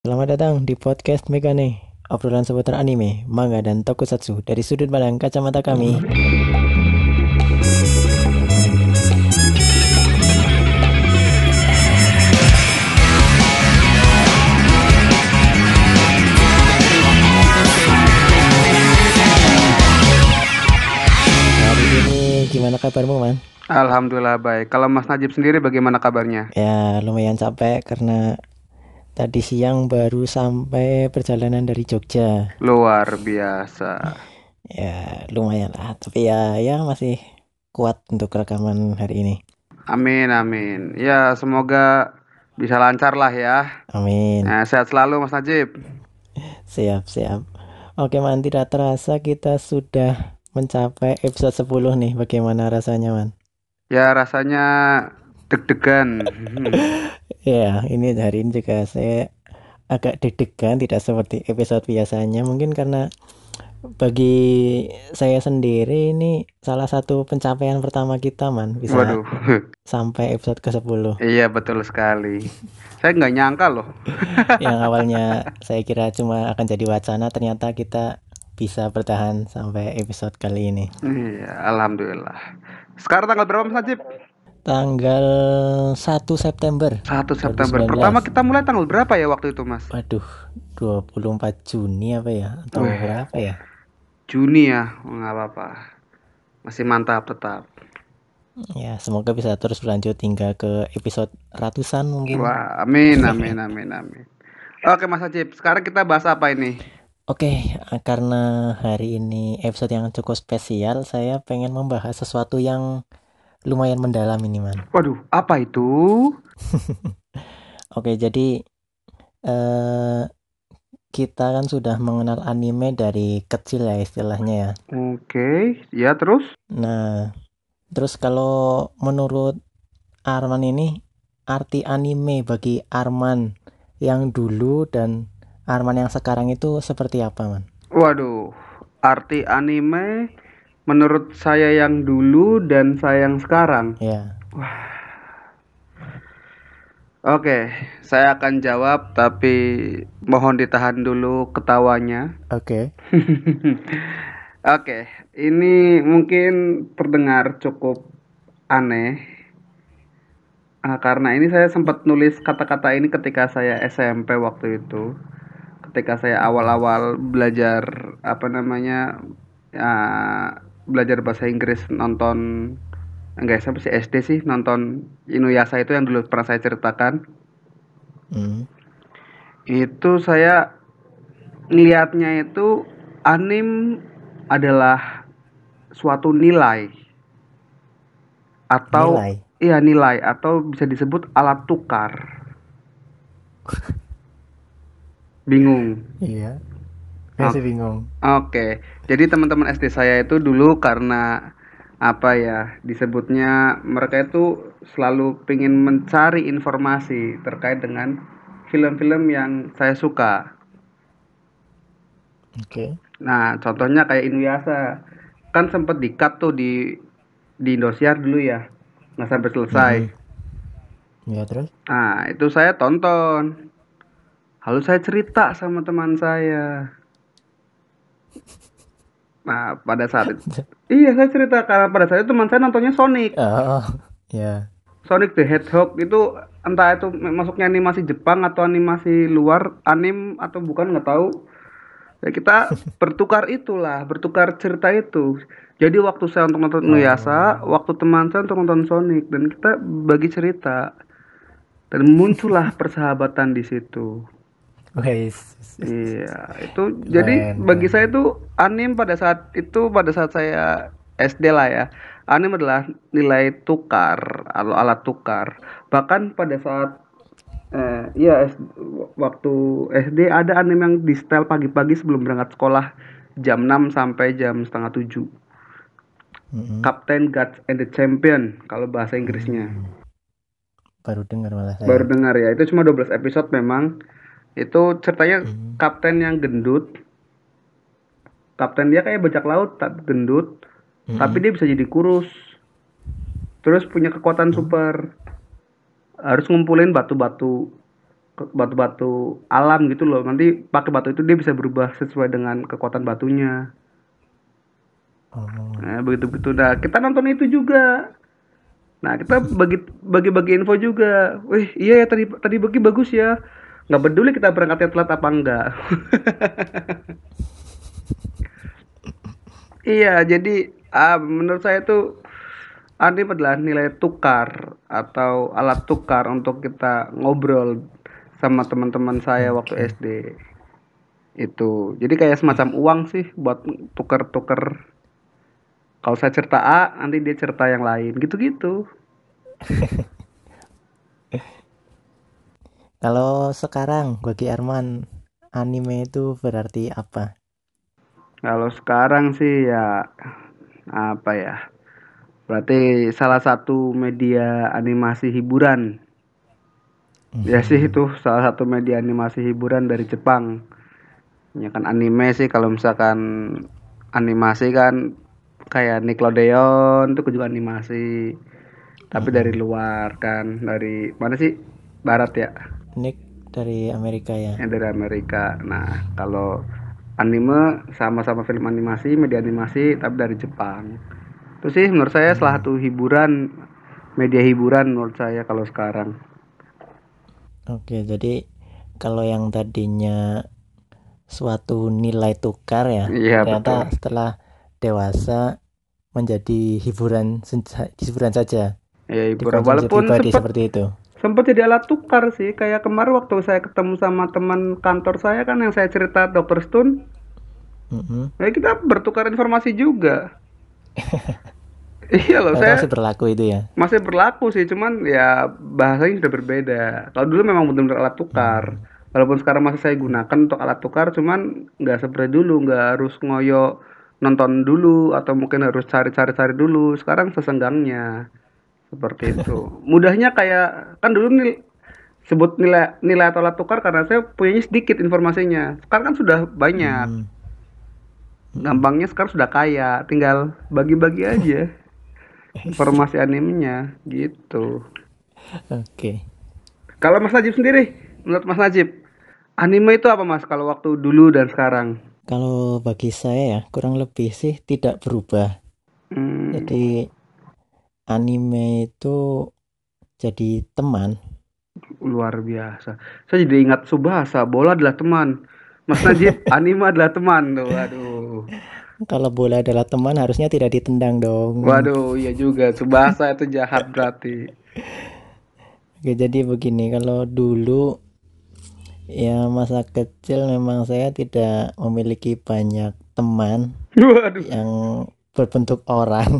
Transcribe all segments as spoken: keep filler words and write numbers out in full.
Selamat datang di podcast Megane, obrolan seputar anime, manga, dan tokusatsu dari sudut pandang kacamata kami. Hari ini gimana kabarmu, Man? Alhamdulillah baik. Kalau Mas Najib sendiri bagaimana kabarnya? Ya, lumayan capek karena tadi siang baru sampai perjalanan dari Jogja. Luar biasa. Ya, lumayan lah, tapi ya ya masih kuat untuk rekaman hari ini. Amin amin. Ya semoga bisa lancar lah ya. Amin. Nah, sehat selalu Mas Najib. Siap, siap. Oke, Man, tidak terasa kita sudah mencapai episode sepuluh nih. Bagaimana rasanya, Man? Ya rasanya deg-degan. Ya, ini hari ini juga saya agak deg-degan, tidak seperti episode biasanya. Mungkin karena bagi saya sendiri ini salah satu pencapaian pertama kita, Man. Bisa Waduh. sampai episode ke sepuluh. Iya betul sekali. Saya nggak nyangka loh. Yang awalnya saya kira cuma akan jadi wacana, ternyata kita bisa bertahan sampai episode kali ini. Iya, alhamdulillah. Sekarang tanggal berapa Mas Najib? Tanggal satu September satu dua ribu September. sembilan belas. Pertama kita mulai tanggal berapa ya waktu itu, Mas? Waduh, dua puluh empat Juni apa ya? Atau Wih, berapa ya? Juni ya. Oh, nggak apa-apa. Masih mantap tetap. Ya, semoga bisa terus berlanjut hingga ke episode ratusan mungkin. Wah, amin amin amin amin. Oke Mas Najib, sekarang kita bahas apa ini? Oke, karena hari ini episode yang cukup spesial, saya pengen membahas sesuatu yang lumayan mendalam ini, Man. Waduh, apa itu? Oke, jadi eh, kita kan sudah mengenal anime dari kecil ya istilahnya ya. Oke, ya terus? Nah, terus kalau menurut Arman ini, arti anime bagi Arman yang dulu dan Arman yang sekarang itu seperti apa, Man? Waduh, arti anime menurut saya yang dulu dan saya yang sekarang. Ya, Oke, saya akan jawab tapi mohon ditahan dulu ketawanya. oke. Oke, ini mungkin terdengar cukup aneh. Ah, karena ini saya sempat nulis kata-kata ini ketika saya S M P waktu itu. Ketika saya awal-awal belajar apa namanya ya, belajar bahasa Inggris nonton enggak sampai sih S D sih nonton Inuyasha itu yang dulu pernah saya ceritakan. Hmm, Itu saya ngelihatnya itu anim adalah suatu nilai atau nilai. iya nilai atau bisa disebut alat tukar. Bingung. Iya, saya sih bingung. Oke, jadi teman-teman S D saya itu dulu karena apa ya disebutnya mereka itu selalu ingin mencari informasi terkait dengan film-film yang saya suka. Oke. Nah, contohnya kayak Inuyasha kan sempat di-cut tuh di di Indosiar dulu ya, nggak sampai selesai. Mm-mm. Ya, terus? Nah, itu saya tonton. Lalu saya cerita sama teman saya. Nah, pada saat itu, iya saya cerita karena pada saat itu teman saya nontonnya Sonic. Oh, ya. Sonic the Hedgehog itu entah itu masuknya animasi Jepang atau animasi luar anim atau bukan nggak tahu. Ya kita bertukar itulah, bertukar cerita itu. Jadi waktu saya untuk nonton Inuyasha, Oh, waktu teman saya untuk nonton Sonic dan kita bagi cerita dan muncullah persahabatan di situ. wes. Iya, itu jadi Keren, bagi saya keren. itu anim pada saat itu pada saat saya S D lah ya. Anim adalah nilai tukar atau alat tukar. Bahkan pada saat eh iya S- waktu S D ada anim yang di setel pagi-pagi sebelum berangkat sekolah jam enam sampai jam setengah tujuh. Mm-mm. Captain Guts and the Champion kalau bahasa Inggrisnya. Hmm, baru dengar malah Baru saya. dengar ya. Itu cuma dua belas episode memang. Itu ceritanya Hmm. kapten yang gendut. Kapten dia kayak bajak laut tapi gendut, tapi Mm-mm. dia bisa jadi kurus. Terus punya kekuatan Hmm. super. Harus ngumpulin batu-batu batu-batu alam gitu loh. Nanti pakai batu itu dia bisa berubah sesuai dengan kekuatan batunya. Oh, Nah, begitu-begitu. Nah, kita nonton itu juga. Nah, kita bagi bagi-bagi info juga. Wih, iya ya tadi tadi bagi bagus ya. Nggak peduli kita berangkatnya telat apa enggak. Iya, jadi ah, menurut saya tuh anime adalah nilai tukar atau alat tukar untuk kita ngobrol sama teman-teman saya waktu oke. S D itu. Jadi kayak semacam uang sih buat tuker-tuker. Kalau saya cerita A, nanti dia cerita yang lain, gitu-gitu. Kalau sekarang bagi Arman, anime itu berarti apa? Kalau sekarang sih ya apa ya? Berarti salah satu media animasi hiburan. Ya sih Mhm. itu salah satu media animasi hiburan dari Jepang. Ya kan anime sih kalau misalkan animasi kan kayak Nickelodeon itu juga animasi. Tapi dari Mhm. luar kan, dari mana sih? Barat ya, Nick dari Amerika ya. yang dari Amerika. Nah, kalau anime sama-sama film animasi, media animasi tapi dari Jepang. Itu sih menurut saya salah Hmm. satu hiburan, media hiburan menurut saya kalau sekarang. Oke, jadi kalau yang tadinya suatu nilai tukar ya, Iya ternyata betul. setelah dewasa menjadi hiburan senja- hiburan saja, Ya hiburan dikonsumsi walaupun pribadi sempet seperti itu. sempet jadi alat tukar sih. Kayak kemarin waktu saya ketemu sama teman kantor saya kan yang saya cerita dokter Stun, Mhm. ya kita bertukar informasi juga. Iya loh, Ternyata saya masih berlaku itu ya. masih berlaku sih, cuman ya bahasanya sudah berbeda. Kalau dulu memang benar-benar alat tukar. Hmm. Walaupun sekarang masih saya gunakan untuk alat tukar, cuman nggak seperti dulu, nggak harus ngoyo nonton dulu atau mungkin harus cari-cari-cari dulu. Sekarang sesenggangnya seperti itu. Mudahnya kayak kan dulu nih sebut nilai nilai atau alat tukar karena saya punya sedikit informasinya. Sekarang kan sudah banyak. Hmm. Mhm. Gampangnya sekarang sudah kaya, tinggal bagi-bagi aja informasi animenya gitu. Oke. Kalau Mas Najib sendiri, menurut Mas Najib, anime itu apa Mas kalau waktu dulu dan sekarang? Kalau bagi saya ya kurang lebih sih tidak berubah. Hmm, Jadi anime itu jadi teman. luar biasa. Saya jadi ingat Subasa, bola adalah teman. Mas Najib, anime adalah teman. Tuh, waduh. Kalau bola adalah teman harusnya tidak ditendang dong. Waduh, iya juga. Subasa itu jahat berarti. Oke, jadi begini, kalau dulu ya masa kecil memang saya tidak memiliki banyak teman Waduh. yang berbentuk orang.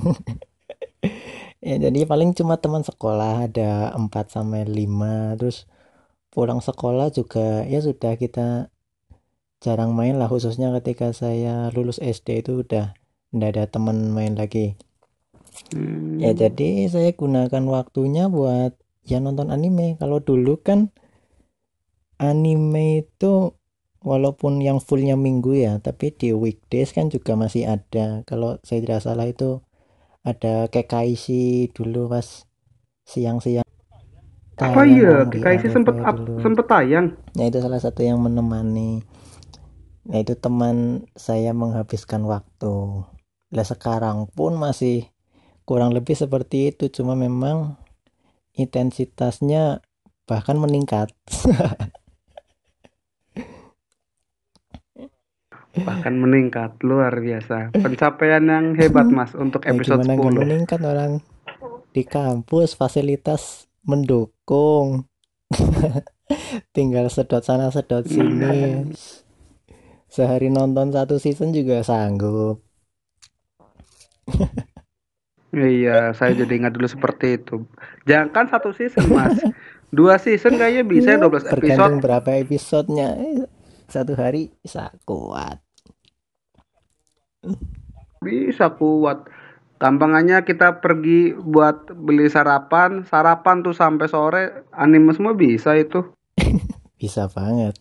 Ya, jadi paling cuma teman sekolah ada empat sampai lima. Terus pulang sekolah juga ya sudah kita jarang main lah, khususnya ketika saya lulus S D itu udah nggak ada teman main lagi. Ya Hmm, jadi saya gunakan waktunya buat ya nonton anime. Kalau dulu kan anime itu walaupun yang fullnya minggu ya, tapi di weekdays kan juga masih ada. Kalau saya tidak salah itu ada Kekaishi dulu pas siang-siang apa tayang iya? om di K K I C A T V sempet up, dulu. sempet tayang. Nah itu salah satu yang menemani. Nah itu teman saya menghabiskan waktu. Lah sekarang pun masih kurang lebih seperti itu, cuma memang intensitasnya bahkan meningkat. Bahkan meningkat, luar biasa. Pencapaian yang hebat Mas untuk Ya episode gimana nggak sepuluh. meningkat, orang di kampus fasilitas mendukung, tinggal sedot sana sedot sini, sehari nonton satu season juga sanggup. Iya, saya jadi ingat dulu seperti itu. Jangan satu season, Mas. Dua season kayaknya bisa Iya, dua belas tergantung episode. berapa episodenya. Eh, satu hari bisa kuat. Bisa kuat. Gampangannya kita pergi buat beli sarapan, sarapan tuh sampai sore, anime semua bisa itu. Bisa banget.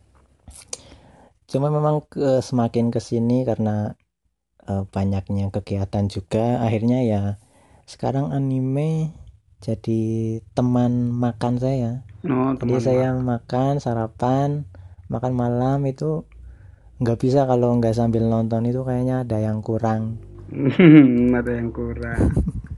Cuma memang ke, semakin kesini karena eh, banyaknya kegiatan juga, akhirnya ya sekarang anime jadi teman makan saya. Oh, Jadi teman saya malam. makan sarapan, makan malam itu nggak bisa kalau nggak sambil nonton, itu kayaknya ada yang kurang. Ada yang kurang.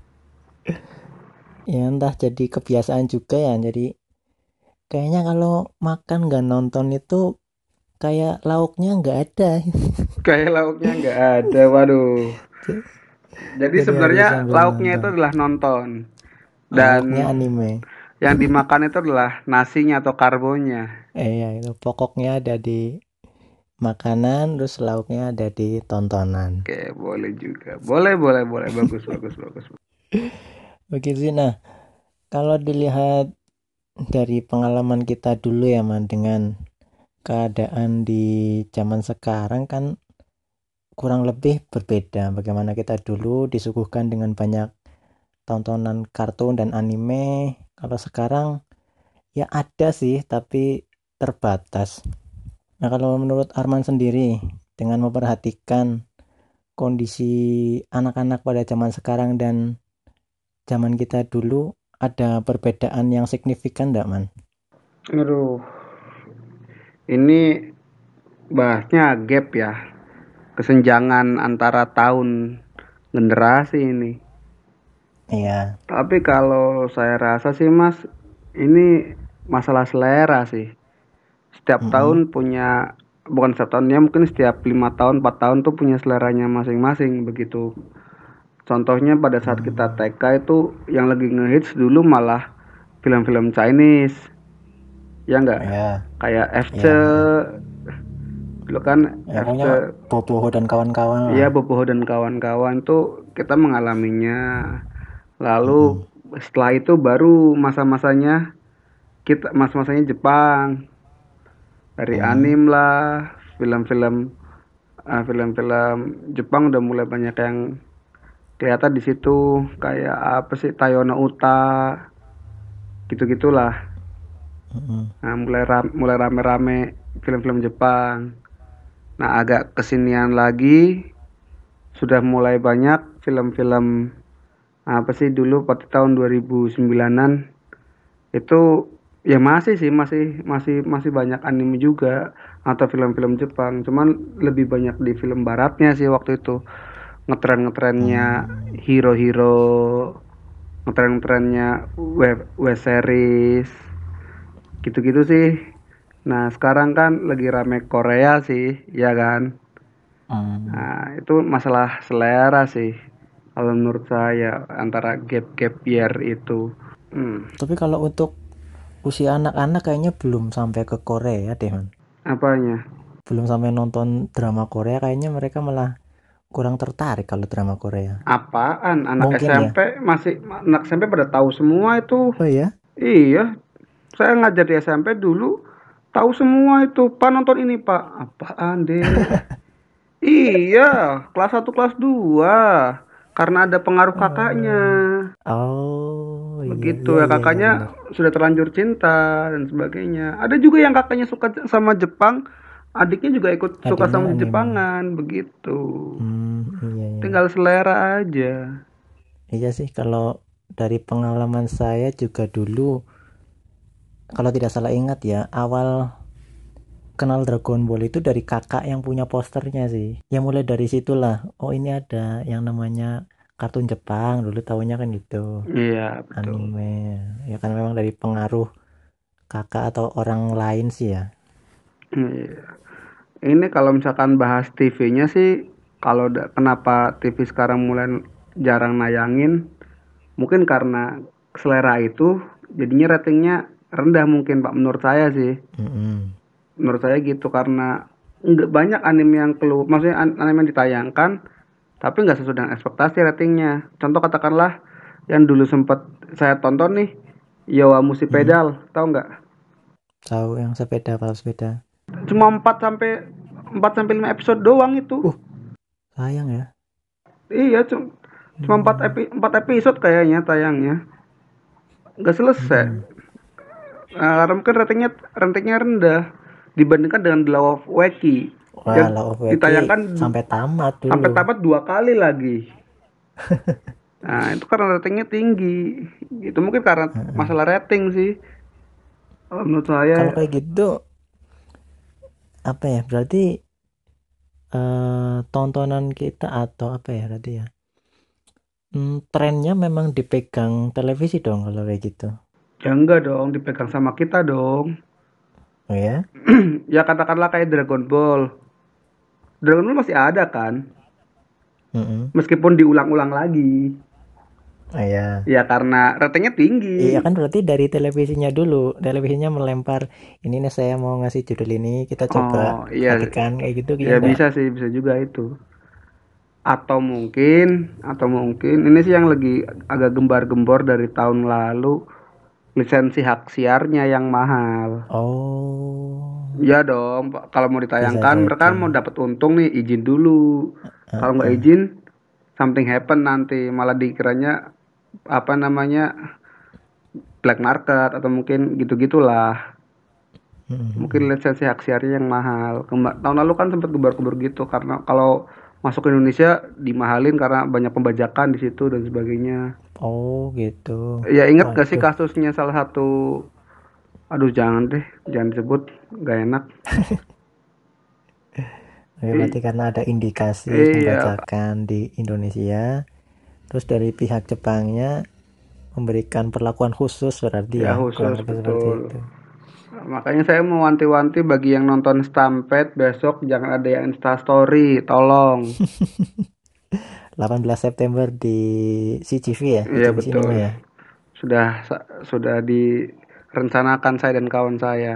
Ya entah jadi kebiasaan juga ya. Jadi kayaknya kalau makan nggak nonton itu kayak lauknya nggak ada. Kayak lauknya nggak ada. Waduh. Jadi Jadi harus sebenarnya sambil lauknya itu nonton. adalah nonton. Lauknya Dan anime. yang dimakan itu adalah nasinya atau karbonya. Eh ya itu pokoknya ada di makanan, terus lauknya ada di tontonan. Oke, boleh juga. Boleh, boleh, boleh. Bagus, bagus, bagus. Begitu sih. Nah, kalau dilihat dari pengalaman kita dulu ya man, dengan keadaan di zaman sekarang kan kurang lebih berbeda. Bagaimana kita dulu disuguhkan dengan banyak tontonan kartun dan anime. Kalau sekarang ya ada sih, tapi terbatas. Nah, kalau menurut Arman sendiri, dengan memperhatikan kondisi anak-anak pada zaman sekarang dan zaman kita dulu, ada perbedaan yang signifikan enggak, Man? Aduh, ini bahasnya gap ya. Kesenjangan antara tahun generasi ini. Iya. Tapi kalau saya rasa sih Mas, ini masalah selera sih. Setiap Mm-mm. tahun punya, bukan setiap tahun ya, mungkin setiap lima tahun, empat tahun tuh punya seleranya masing-masing begitu. Contohnya pada saat kita Hmm. T K itu yang lagi ngehits dulu malah film-film Chinese, ya enggak? Ya, Kayak F C, ya, heeh. dulu kan Ya F C, pokoknya Boboho dan kawan-kawan ya lah. Boboho dan kawan-kawan tuh kita mengalaminya. Lalu Mm-mm. setelah itu baru masa-masanya kita mas-masanya Jepang, dari Hmm. anim lah, film-film ah, film-film Jepang udah mulai banyak yang kelihatan di situ, kayak apa sih, Tayona Uta, gitu-gitulah. Mm-mm. Nah, mulai ram- mulai rame-rame film-film Jepang. Nah, agak kesinian lagi sudah mulai banyak film-film apa sih dulu pada tahun dua ribu sembilanan itu, ya masih sih, masih masih masih banyak anime juga atau film-film Jepang, cuman lebih banyak di film baratnya sih waktu itu. Ngetren-ngetrennya Hmm. hero-hero, ngetren-ngetrennya web web series, gitu-gitu sih. Nah, sekarang kan lagi rame Korea sih, ya kan? Hmm. Nah, itu masalah selera sih. Kalau menurut saya antara gap-gap year itu. Hmm, Tapi kalau untuk usia anak-anak kayaknya belum sampai ke Korea deh, Man. apanya? Belum sampai nonton drama Korea, kayaknya mereka malah kurang tertarik kalau drama Korea. Apaan? Anak Mungkin ya. S M P masih, anak S M P pada tahu semua itu. Oh iya? Iya, saya ngajar di S M P dulu, tahu semua itu. Pak nonton ini, Pak. Apaan, Dek? Iya, kelas satu kelas dua. Karena ada pengaruh kakaknya. Oh. Oh, iya Begitu iya ya, iya iya kakaknya benar. sudah terlanjur cinta dan sebagainya. Ada juga yang kakaknya suka sama Jepang, adiknya juga ikut suka Adiknya sama anime. Jepangan, begitu. Hmm, iya iya. Tinggal selera aja. Iya sih, kalau dari pengalaman saya juga dulu, kalau tidak salah ingat ya, awal kenal Dragon Ball itu dari kakak yang punya posternya sih. Ya mulai dari situlah. Oh ini ada yang namanya kartun Jepang. Dulu tahunya kan gitu. Iya, betul. Anime. Ya kan memang dari pengaruh kakak atau orang lain sih ya. Iya. Ini kalau misalkan bahas T V-nya sih, kalau da- kenapa T V sekarang mulai jarang nayangin, mungkin karena selera itu, jadinya ratingnya rendah mungkin Pak, menurut saya sih. Mm-mm. Menurut saya gitu, karena nggak banyak anime yang keluar, maksudnya an- anime yang ditayangkan, tapi nggak sesuai dengan ekspektasi ratingnya. Contoh katakanlah yang dulu sempat saya tonton nih, Yowamushi Mm-mm. Pedal, tahu nggak? Tahu yang sepeda, balap sepeda. Cuma empat sampai empat sampai lima episode doang itu. Uh, sayang ya. Iya, cuma cuma empat Hmm. epi, empat episode kayaknya tayangnya. Nggak selesai. Mm-mm. Nah, karena mungkin ratingnya ratingnya rendah dibandingkan dengan The Law of Wacky Wah, yang Law of Wacky ditayangkan du- sampai tamat sampai dulu. tamat dua kali lagi. Nah, itu karena ratingnya tinggi. Itu mungkin karena Heeh. masalah rating sih. Kalau menurut saya, Kalau kayak gitu apa ya? Berarti eh, tontonan kita atau apa ya berarti ya? Hmm, trennya memang dipegang televisi dong kalau kayak gitu. ya enggak dong, dipegang sama kita dong. Oh ya? Ya katakanlah kayak Dragon Ball. Dragon Ball masih ada kan? Mm-mm. Meskipun diulang-ulang lagi. Oh ya. Ya karena ratingnya tinggi. Iya kan berarti dari televisinya dulu. Televisinya melempar ini nih saya mau ngasih judul ini kita coba Oh iya, perhatikan kayak gitu ya ya enggak? bisa sih, bisa juga itu. Atau mungkin, atau mungkin ini sih yang lagi agak gembar-gembor dari tahun lalu, lisensi hak siarnya yang mahal. Oh, Iya dong, Pak. Kalau mau bisa ditayangkan, mereka kan jadi. mau dapat untung nih, izin dulu. Kalau nggak Heeh. izin, something happen nanti, malah dikiranya apa namanya black market atau mungkin gitu-gitulah. Mungkin Mm-mm. lisensi hak siarnya yang mahal. Kema- tahun lalu kan sempat gembar-gembar gitu karena kalau masuk ke Indonesia dimahalin karena banyak pembajakan di situ dan sebagainya. Oh gitu. Ya inget gak sih Waduh. kasusnya salah satu, aduh jangan deh, jangan disebut, gak enak. Oke, berarti I- karena ada indikasi iya, pembajakan di Indonesia, terus dari pihak Jepangnya memberikan perlakuan khusus berarti ya ya, kurang khusus lebih seperti betul. itu. Makanya saya mau wanti-wanti bagi yang nonton Stampede besok jangan ada yang Instastory, tolong. delapan belas September di C G V ya, Iya C G V Cinema betul. ya. Sudah sudah direncanakan saya dan kawan saya.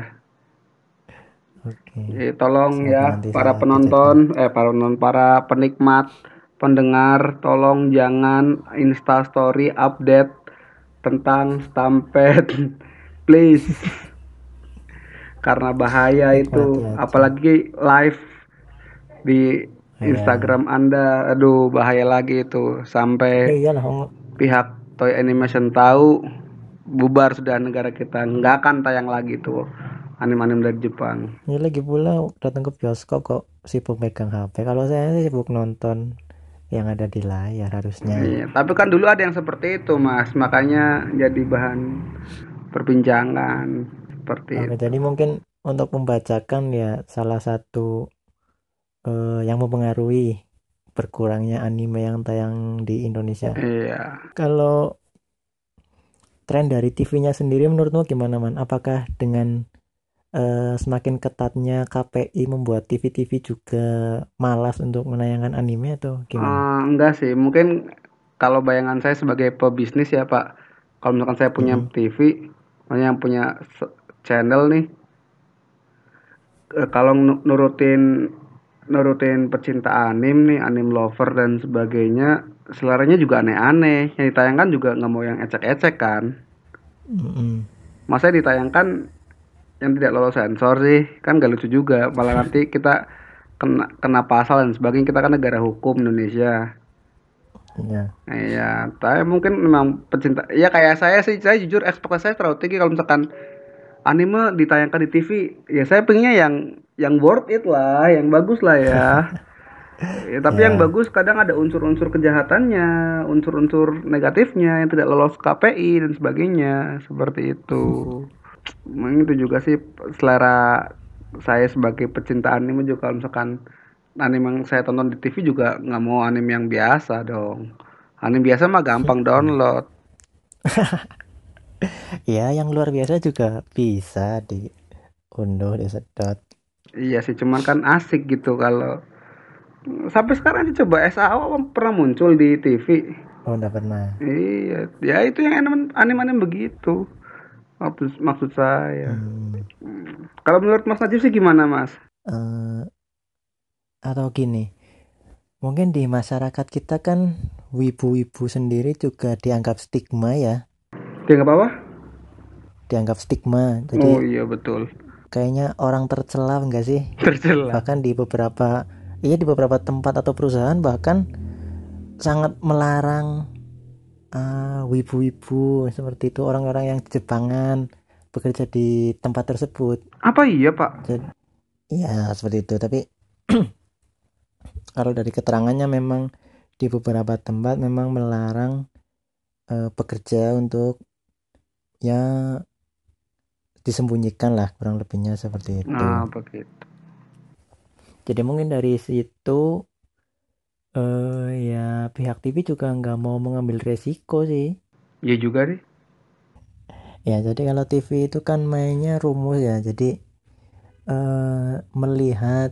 Oke. Jadi tolong Semoga ya nanti para saya penonton, dijadwal. eh para penonton, para penikmat, pendengar, tolong jangan Instastory update tentang Stampede, please, karena bahaya Nikmati itu, aja. apalagi live di Ya. Instagram Anda, aduh bahaya lagi itu, Ya sampai iyalah, Om. pihak Toy Animation tahu bubar sudah negara kita, nggak akan tayang lagi tuh anim-anim dari Jepang. Ya lagi pula datang ke bioskop kok sibuk megang H P. Kalau saya sih sibuk nonton yang ada di layar harusnya. Iya, tapi kan dulu ada yang seperti itu, Mas. Makanya jadi bahan perbincangan seperti Oke, itu. jadi mungkin untuk membacakan ya salah satu eh, yang mempengaruhi berkurangnya anime yang tayang di Indonesia. Iya. Kalau tren dari T V-nya sendiri menurutmu gimana, Man? Apakah dengan eh, semakin ketatnya K P I membuat T V-T V juga malas untuk menayangkan anime atau gimana? Eh, enggak sih, mungkin kalau bayangan saya sebagai pebisnis ya, Pak. Kalau misalkan saya punya Mm-mm. T V, maksudnya yang punya se- channel nih, eh, kalau nu- nurutin nurutin pecinta anim nih, anim lover dan sebagainya, seleranya juga aneh-aneh. Yang ditayangkan juga nggak mau yang ecek-ecek kan. Mm-mm. Masa ditayangkan yang tidak lolos sensor sih, kan gak lucu juga, malah nanti kita kena kena pasal dan sebagainya, kita kan negara hukum Indonesia. Ya. Nah, ya tapi mungkin memang pecinta ya kayak saya sih, saya jujur ekspektasi saya terlalu tinggi kalau misalkan anime ditayangkan di T V, ya saya pengennya yang yang worth it lah, yang bagus lah ya. Ya, tapi yang Ya. bagus kadang ada unsur-unsur kejahatannya, unsur-unsur negatifnya yang tidak lolos K P I dan sebagainya, seperti itu. Mungkin itu juga sih selera saya sebagai pecinta anime juga, kalau misalkan anime yang saya tonton di T V juga nggak mau anime yang biasa dong. Anime biasa mah gampang download. Ya, yang luar biasa juga bisa diunduh, disedot. Iya sih, cuman kan asik gitu kalau sampai sekarang aja coba S A O pernah muncul di T V. Oh, udah pernah. Iya, ya itu yang anime anime begitu. Maksud, maksud saya. Hmm. Kalau menurut Mas Najib sih gimana Mas? Eh, atau gini, mungkin di masyarakat kita kan wibu-wibu sendiri juga dianggap stigma ya, Dia nggak apa-apa? dianggap stigma. Oh Jadi iya betul. kayaknya orang tercela enggak sih? Tercela. Bahkan di beberapa, iya di beberapa tempat atau perusahaan bahkan sangat melarang ah, wibu-wibu seperti itu, orang-orang yang Jepangan bekerja di tempat tersebut. Apa iya Pak? Jadi, ya seperti itu. Tapi kalau dari keterangannya memang di beberapa tempat memang melarang eh, pekerja untuk ya disembunyikan lah, kurang lebihnya seperti Nah, itu. begitu. Jadi mungkin dari situ eh ya pihak T V juga nggak mau mengambil resiko sih. Iya juga deh. Ya jadi kalau T V itu kan mainnya rumus ya, jadi eh melihat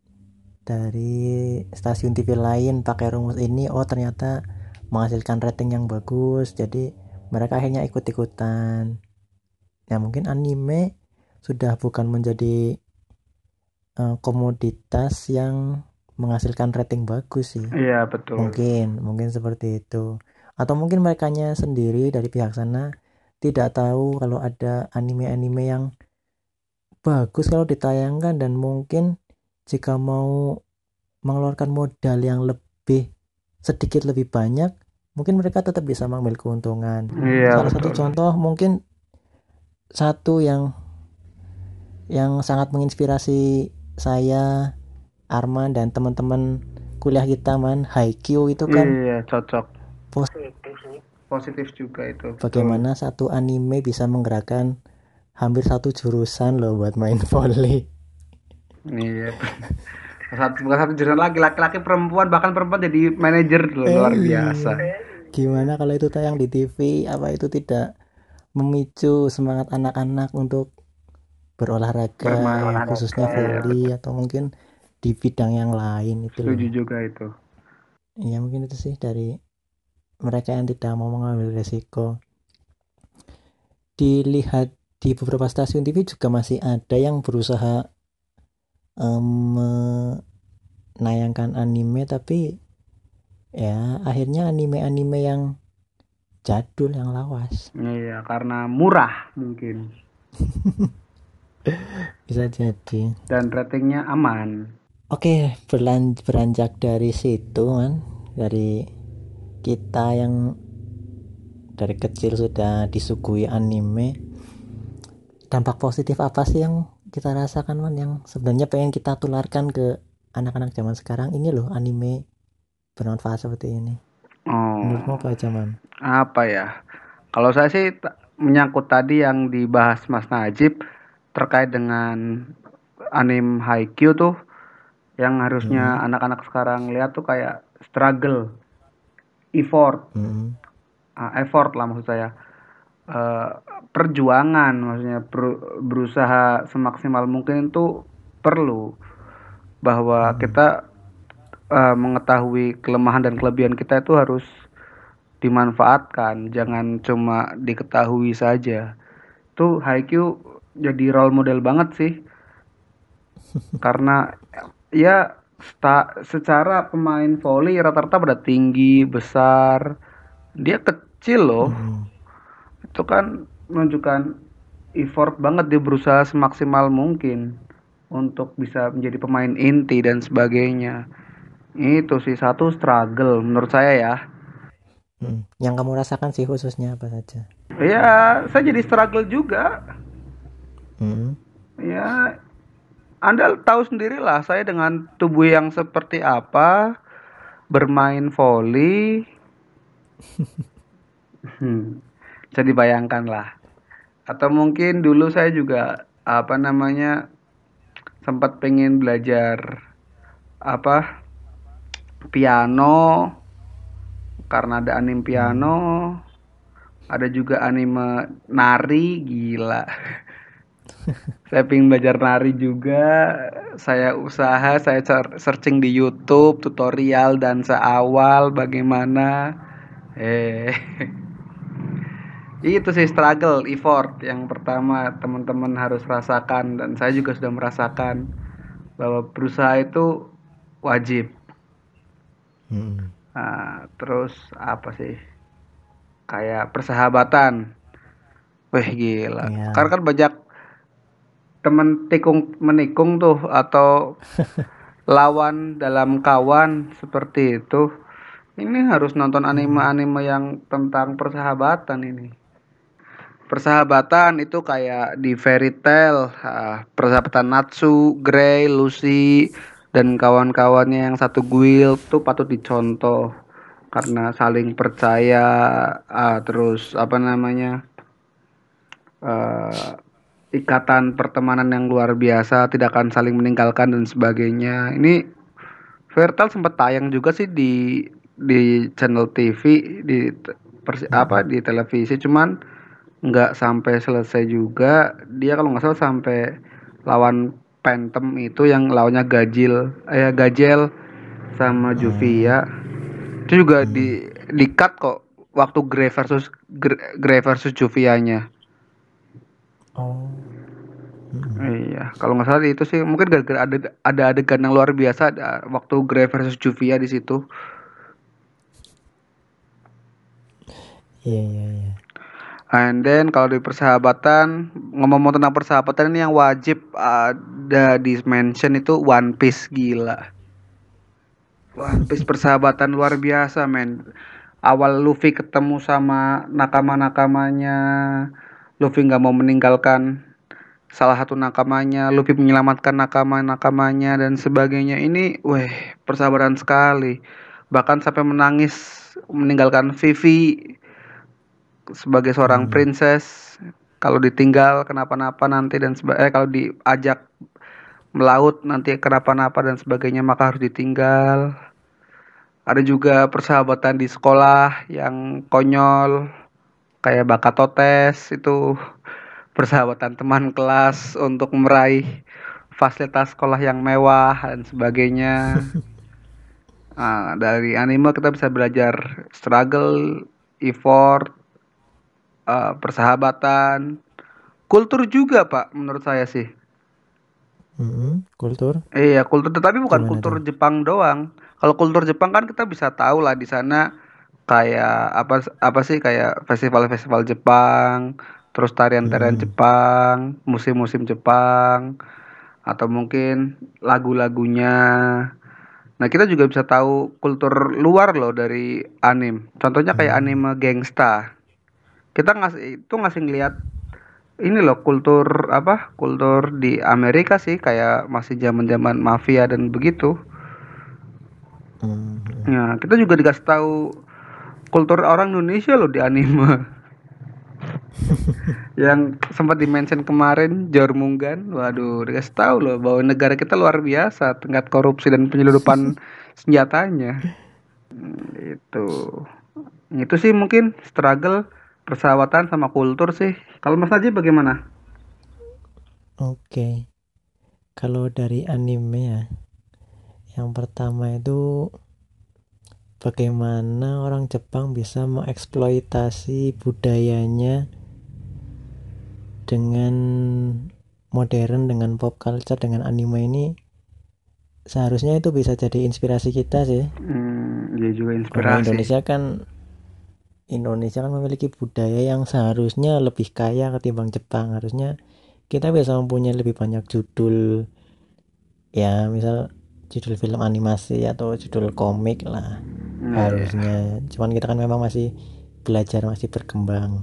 dari stasiun T V lain pakai rumus ini, oh ternyata menghasilkan rating yang bagus, jadi mereka akhirnya ikut-ikutan. Ya mungkin anime sudah bukan menjadi eh, komoditas yang menghasilkan rating bagus sih. Iya, betul. Mungkin, mungkin seperti itu. Atau mungkin merekanya sendiri dari pihak sana tidak tahu kalau ada anime-anime yang bagus kalau ditayangkan, dan mungkin jika mau mengeluarkan modal yang lebih sedikit lebih banyak, mungkin mereka tetap bisa mengambil keuntungan. Iya, Salah satu betul. contoh mungkin satu yang yang sangat menginspirasi saya, Arman dan teman-teman kuliah kita man, Haikyuu itu kan Iya, cocok. post Positif juga itu, betul. bagaimana satu anime bisa menggerakkan hampir satu jurusan loh buat main volley. Iya. Satu, bukan satu jurusan lagi, laki-laki perempuan, bahkan perempuan jadi manajer loh, Eh luar biasa. iya. Gimana kalau itu tayang di T V, apa itu tidak memicu semangat anak-anak untuk berolahraga, Bermain. khususnya Iya, volley betul. atau mungkin di bidang yang lain itu Setuju loh. juga itu. Ya mungkin itu sih dari mereka yang tidak mau mengambil resiko. Dilihat di beberapa stasiun T V juga masih ada yang berusaha um, menayangkan anime, tapi ya akhirnya anime-anime yang jadul, yang lawas. Iya, karena murah mungkin Bisa jadi. dan ratingnya aman. Oke, berlan- beranjak dari situ kan, dari kita yang dari kecil sudah disuguhi anime, dampak positif apa sih yang kita rasakan man, yang sebenarnya pengen kita tularkan ke anak-anak zaman sekarang ini loh, anime bermanfaat seperti ini. Menurutmu Oh, apa aja man? apa ya? Kalau saya sih t- menyangkut tadi yang dibahas Mas Najib terkait dengan anime Haikyuu tuh, yang harusnya Mm-mm. anak-anak sekarang lihat tuh kayak struggle, effort, Mm-mm. ah, effort lah maksud saya. Eh, perjuangan maksudnya ber- berusaha semaksimal mungkin itu perlu, bahwa Mm-mm. kita eh, mengetahui kelemahan dan kelebihan kita itu harus dimanfaatkan, jangan cuma diketahui saja. Tuh Haikyuu jadi role model banget sih, karena ya sta- secara pemain volley rata-rata pada tinggi, besar, dia kecil loh. Mm-mm. Itu kan menunjukkan effort banget, dia berusaha semaksimal mungkin untuk bisa menjadi pemain inti dan sebagainya. Itu sih satu struggle menurut saya ya. Mm-mm. Yang kamu rasakan sih khususnya apa saja? Ya, saya jadi struggle juga. Mm-mm. Ya, Anda tahu sendirilah saya dengan tubuh yang seperti apa bermain volley. Hmm, bisa dibayangkan lah. Atau mungkin dulu saya juga apa namanya sempat pengen belajar apa piano, karena ada anime Mm. piano, ada juga anime nari, gila. Saya pengen belajar nari juga. Saya usaha, saya searching di YouTube tutorial dan seawal bagaimana. Eh, itu sih struggle, effort yang pertama teman-teman harus rasakan, dan saya juga sudah merasakan bahwa berusaha itu wajib. Mm-mm. Nah, terus apa sih? Kayak persahabatan. Wih, gila. Karena Ya. kan banyak temen tikung menikung tuh, atau lawan dalam kawan seperti itu. Ini harus nonton Mm-mm. anime-anime yang tentang persahabatan ini. Persahabatan itu kayak di Fairy Tail, ah, persahabatan Natsu, Grey, Lucy, dan kawan-kawannya yang satu guild tuh patut dicontoh karena saling percaya, ah, terus apa namanya, eh, ikatan pertemanan yang luar biasa, tidak akan saling meninggalkan dan sebagainya. Ini Vertal sempat tayang juga sih di di channel T V, di te- persi- apa Mm-mm. di televisi, cuman nggak sampai selesai juga. Dia kalau nggak salah sampai lawan Phantom itu yang lawannya Gajil, eh Gajel sama Ah, Juvia. Itu juga mm-mm. di di cut kok waktu Grey versus Gre- Grey versus Juvianya. Oh. Mm-mm. Iya, kalau nggak salah itu sih mungkin gara-gara ada ada adegan yang luar biasa ada, waktu Grey versus Juvia di situ. Iya, iya, iya. And then kalau di persahabatan, ngomong-ngomong tentang persahabatan ini yang wajib ada di mention itu One Piece, gila. One Piece persahabatan luar biasa, men. Awal Luffy ketemu sama nakama-nakamanya, Luffy nggak mau meninggalkan salah satu nakamanya, Luffy menyelamatkan nakama-nakamanya dan sebagainya. Ini, weh, persahabatan sekali. Bahkan sampai menangis meninggalkan Vivi sebagai seorang Mm. princess. Kalau ditinggal kenapa-napa nanti dan seba eh kalau diajak melaut nanti kenapa-napa dan sebagainya maka harus ditinggal. Ada juga persahabatan di sekolah yang konyol kayak Bakatotes itu, persahabatan teman kelas untuk meraih fasilitas sekolah yang mewah dan sebagainya. Nah, dari anime kita bisa belajar struggle, effort, eh, persahabatan, kultur juga Pak menurut saya sih. Mm-mm. Kultur Iya, kultur tetapi bukan gimana kultur tuh? Jepang doang. Kalau kultur Jepang kan kita bisa tahu lah di sana kayak apa apa sih kayak festival-festival Jepang, terus tarian-tarian Mm-mm. Jepang, musim-musim Jepang, atau mungkin lagu-lagunya. Nah, kita juga bisa tahu kultur luar loh dari anime. Contohnya kayak Mm. anime Gangsta. Kita ngasih itu ngasih ngeliat ini loh kultur apa? Kultur di Amerika sih kayak masih zaman-zaman mafia dan begitu. Mm. Nah, kita juga dikasih tahu kultur orang Indonesia loh di anime. Yang sempat dimention kemarin Jormunggan, waduh dikasih tahu loh bahwa negara kita luar biasa tingkat korupsi dan penyelundupan senjatanya. Itu itu sih mungkin struggle persahabatan sama kultur sih. Kalau Mas Najib bagaimana? Oke, kalau dari anime ya, yang pertama itu bagaimana orang Jepang bisa mengeksploitasi budayanya dengan modern, dengan pop culture, dengan anime ini. Seharusnya itu bisa jadi inspirasi kita sih, Hmm, dia juga bahwa inspirasi. Indonesia kan Indonesia kan memiliki budaya yang seharusnya lebih kaya ketimbang Jepang. Harusnya kita bisa mempunyai lebih banyak judul, ya misal judul film animasi atau judul komik lah. Nah, ya. Harusnya cuman kita kan memang masih belajar, masih berkembang.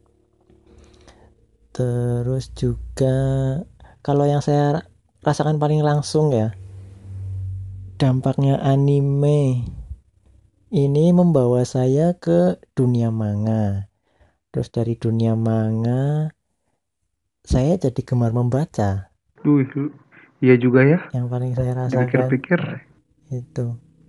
Terus juga kalau yang saya rasakan paling langsung ya, dampaknya anime ini membawa saya ke dunia manga. Terus dari dunia manga saya jadi gemar membaca. Duh, iya juga ya. Yang paling saya rasakan Dipikir-pikir. itu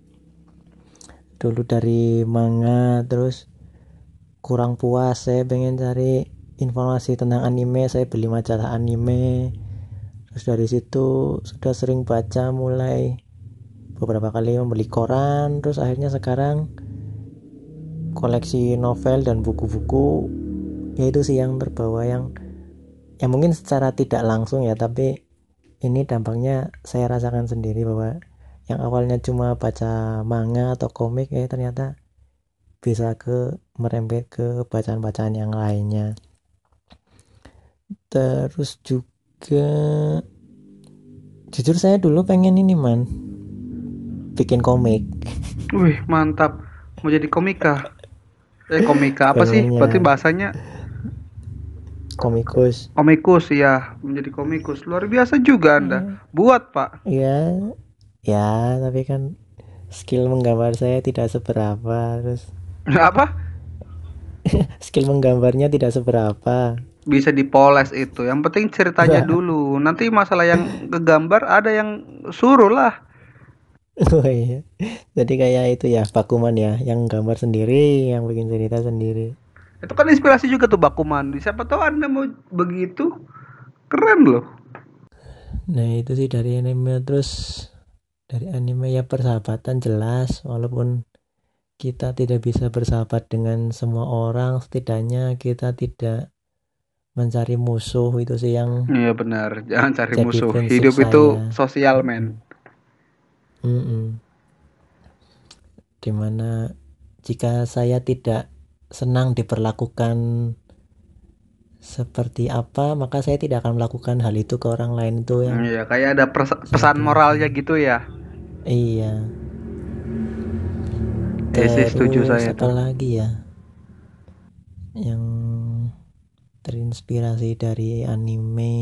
dulu dari manga, terus kurang puas saya pengen cari informasi tentang anime, saya beli majalah anime. Terus dari situ sudah sering baca, mulai beberapa kali membeli koran, terus akhirnya sekarang koleksi novel dan buku-buku. Ya itu sih yang terbawa, yang ya mungkin secara tidak langsung ya, tapi ini dampaknya saya rasakan sendiri bahwa yang awalnya cuma baca manga atau komik, eh ternyata bisa ke merembet ke bacaan-bacaan yang lainnya. Terus juga jujur saya dulu pengen ini man, bikin komik. Wih, mantap. Mau jadi komika. Eh, komika apa sih? Berarti Pengennya bahasanya komikus. komikus ya, menjadi komikus. Luar biasa juga Anda. Hmm. Buat, Pak. Ya, ya tapi kan skill menggambar saya tidak seberapa, terus Apa? skill menggambarnya tidak seberapa. bisa dipoles itu. Yang penting ceritanya dulu. Nanti masalah yang kegambar ada yang suruh lah. Oh iya. Jadi kayak itu ya, Pakuman ya, yang gambar sendiri, yang bikin cerita sendiri. Itu kan inspirasi juga tuh baku mandi. Siapa tahu Anda mau begitu. Keren loh. Nah itu sih dari anime. Terus dari anime ya persahabatan jelas, walaupun kita tidak bisa bersahabat dengan semua orang, setidaknya kita tidak mencari musuh. Itu sih yang Iya benar. Jangan cari jadi musuh. prinsip Hidup itu saya. sosial men. Mm-mm. Mm-mm. Dimana jika saya tidak senang diperlakukan seperti apa, maka saya tidak akan melakukan hal itu ke orang lain. Itu yang Iya, kayak ada pesan jadi moralnya alasan. gitu ya. Iya. Iya sih setuju Terus saya apa tuh. lagi ya yang terinspirasi dari anime?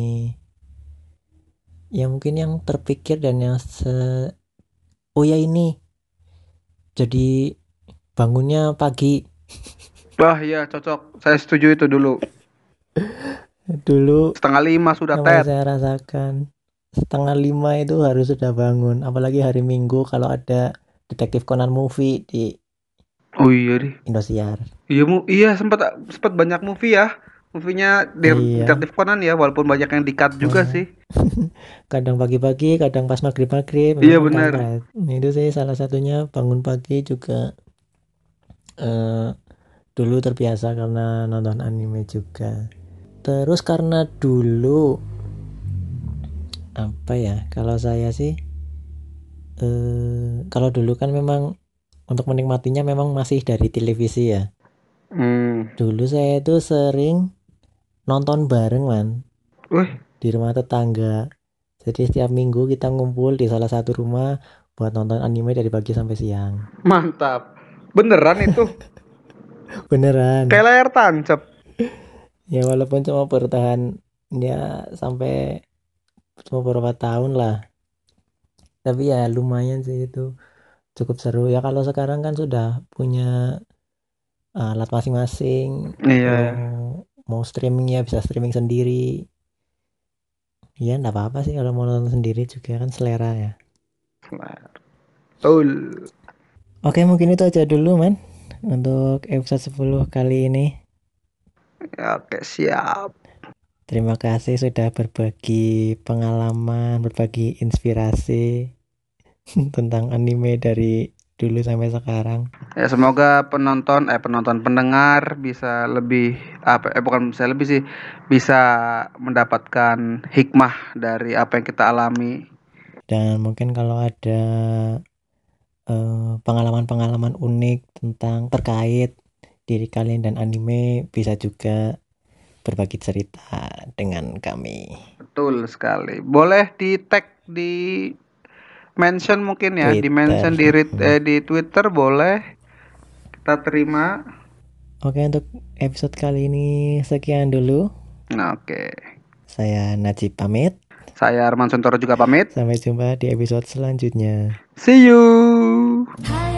Ya mungkin yang terpikir dan yang se oh ya ini, jadi bangunnya pagi. Wah iya cocok. Saya setuju itu dulu. Dulu Setengah lima sudah yang masih tet. saya rasakan, setengah lima itu harus sudah bangun, apalagi hari Minggu kalau ada Detektif Conan movie di Oh iya deh. Indosiar. Iya mu iya sempat sempat banyak movie ya. Movie-nya Iya. Detektif Conan ya, walaupun banyak yang di-cut juga Heeh. sih. Kadang pagi-pagi, kadang pas maghrib-maghrib, memang Iya kan benar. kampret. Nah, itu sih salah satunya bangun pagi juga, eh, dulu terbiasa karena nonton anime juga. Terus karena dulu apa ya? Kalau saya sih, eh, kalau dulu kan memang untuk menikmatinya memang masih dari televisi ya. Hmm. Dulu saya itu sering nonton bareng man Wih, di rumah tetangga. Jadi setiap minggu kita ngumpul di salah satu rumah buat nonton anime dari pagi sampai siang. mantap. Beneran itu. Kayak Beneran. layar tancap. Ya walaupun cuma bertahan ya sampai beberapa tahun lah. Tapi ya lumayan sih itu. Cukup seru. Ya kalau sekarang kan sudah punya alat masing-masing. Iya Kalau ya. mau streaming ya bisa streaming sendiri. Ya enggak apa-apa sih kalau mau nonton sendiri juga kan selera ya. Betul. Oke mungkin itu aja dulu man. Untuk episode sepuluh kali ini. Ya, oke siap. Terima kasih sudah berbagi pengalaman, berbagi inspirasi tentang anime dari dulu sampai sekarang. Ya semoga penonton eh penonton pendengar bisa lebih apa eh bukan bisa lebih sih bisa mendapatkan hikmah dari apa yang kita alami. Dan mungkin kalau ada eh, pengalaman-pengalaman unik tentang terkait diri kalian dan anime, bisa juga berbagi cerita dengan kami. Betul sekali. Boleh di tag di mention mungkin ya, di Twitter. mention di ret- Hmm. eh, di Twitter boleh. Kita terima. Oke, untuk episode kali ini sekian dulu. Nah, oke. Saya Najib pamit. Saya Arman Suntoro juga pamit. Sampai jumpa di episode selanjutnya. See you.